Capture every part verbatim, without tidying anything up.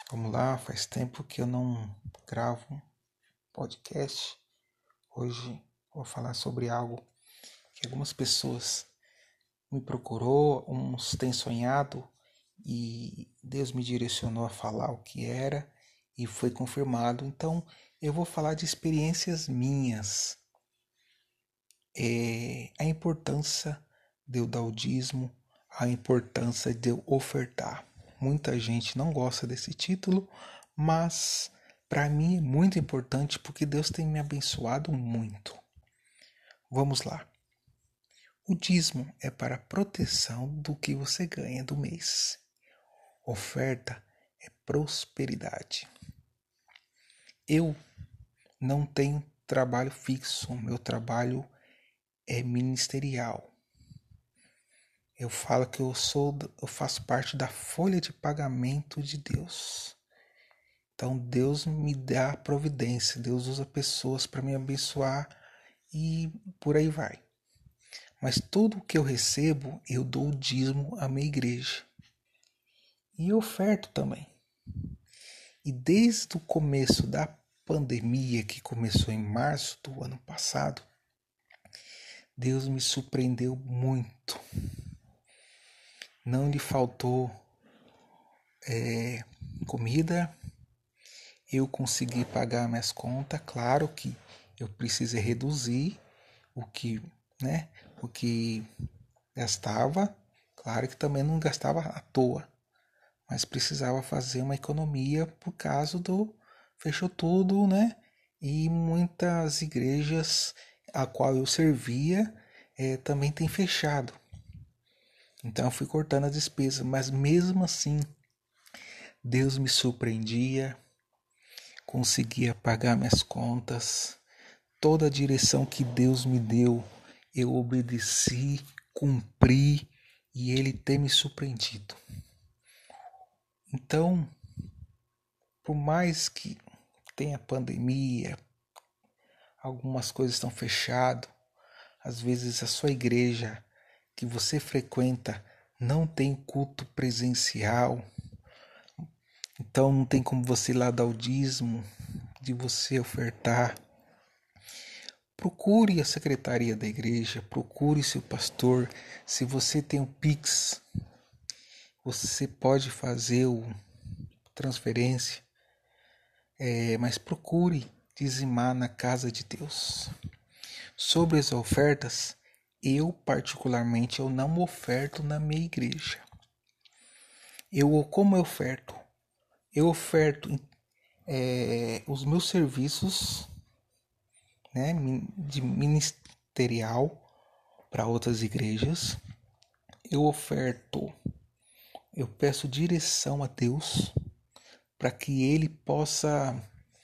Vamos lá, faz tempo que eu não gravo podcast. Hoje vou falar sobre algo que algumas pessoas me procurou, uns têm sonhado e Deus me direcionou a falar o que era e foi confirmado. Então eu vou falar de experiências minhas, é, a importância de eu dar o dízimo, a importância de eu ofertar. Muita gente não gosta desse título, mas para mim é muito importante porque Deus tem me abençoado muito. Vamos lá. O dízimo é para a proteção do que você ganha do mês. Oferta é prosperidade. Eu não tenho trabalho fixo, meu trabalho é ministerial. Eu falo que eu sou, eu faço parte da folha de pagamento de Deus. Então Deus me dá providência, Deus usa pessoas para me abençoar e por aí vai. Mas tudo que eu recebo, eu dou o dízimo à minha igreja. E eu oferto também. E desde o começo da pandemia, que começou em março do ano passado, Deus me surpreendeu muito. Não lhe faltou é, comida, eu consegui pagar minhas contas. Claro que eu precisei reduzir o que, né, o que gastava. Claro que também não gastava à toa, mas precisava fazer uma economia por causa do fechou tudo, né? E muitas igrejas a qual eu servia é, também tem fechado. Então eu fui cortando as despesas, mas mesmo assim Deus me surpreendia, conseguia pagar minhas contas, toda a direção que Deus me deu, eu obedeci, cumpri e Ele tem me surpreendido. Então, por mais que tenha pandemia, algumas coisas estão fechadas, às vezes a sua igreja que você frequenta não tem culto presencial, então não tem como você ir lá dar o dízimo, de você ofertar. Procure a secretaria da igreja, procure seu pastor. Se você tem um Pix, você pode fazer o transferência, é, mas procure dizimar na casa de Deus. Sobre as ofertas, eu particularmente eu não oferto na minha igreja. Eu como eu oferto? Eu oferto é, os meus serviços, né, de ministerial para outras igrejas. Eu oferto, eu peço direção a Deus para que Ele possa,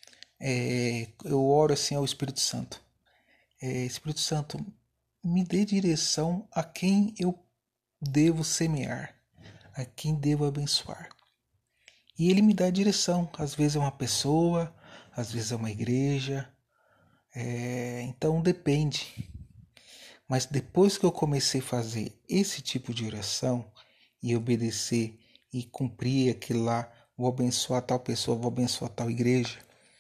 é, eu oro assim ao Espírito Santo. É, Espírito Santo, me dê direção a quem eu devo semear, a quem devo abençoar. E Ele me dá direção. Às vezes é uma pessoa, às vezes é uma igreja. É, então depende. Mas depois que eu comecei a fazer esse tipo de oração e obedecer e cumprir aquilo lá, vou abençoar tal pessoa, vou abençoar tal igreja,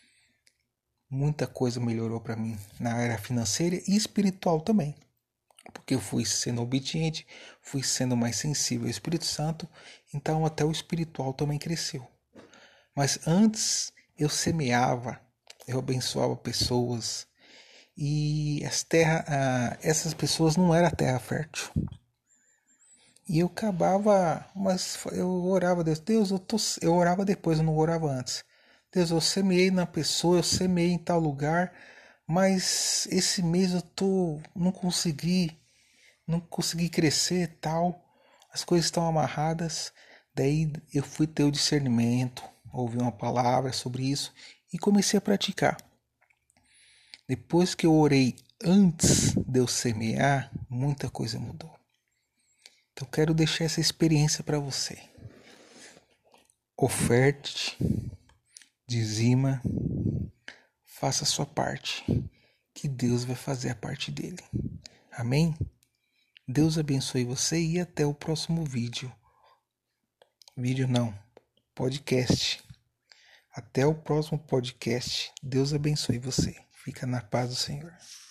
muita coisa melhorou para mim na área financeira e espiritual também. Porque eu fui sendo obediente, fui sendo mais sensível ao Espírito Santo, então até o espiritual também cresceu. Mas antes eu semeava, eu abençoava pessoas, e as terra, ah, essas pessoas não eram terra fértil. E eu acabava, mas eu orava a Deus, Deus, eu, tô, eu orava depois, eu não orava antes. Deus, eu semeei na pessoa, eu semeei em tal lugar, mas esse mês eu tô, não consegui, não consegui crescer tal, as coisas estão amarradas. Daí eu fui ter o discernimento, ouvi uma palavra sobre isso e comecei a praticar. Depois que eu orei antes de eu semear, muita coisa mudou. Então quero deixar essa experiência para você. Oferte, dizima, faça a sua parte, que Deus vai fazer a parte dele. Amém? Deus abençoe você e até o próximo vídeo. Vídeo não, podcast. Até o próximo podcast. Deus abençoe você. Fica na paz do Senhor.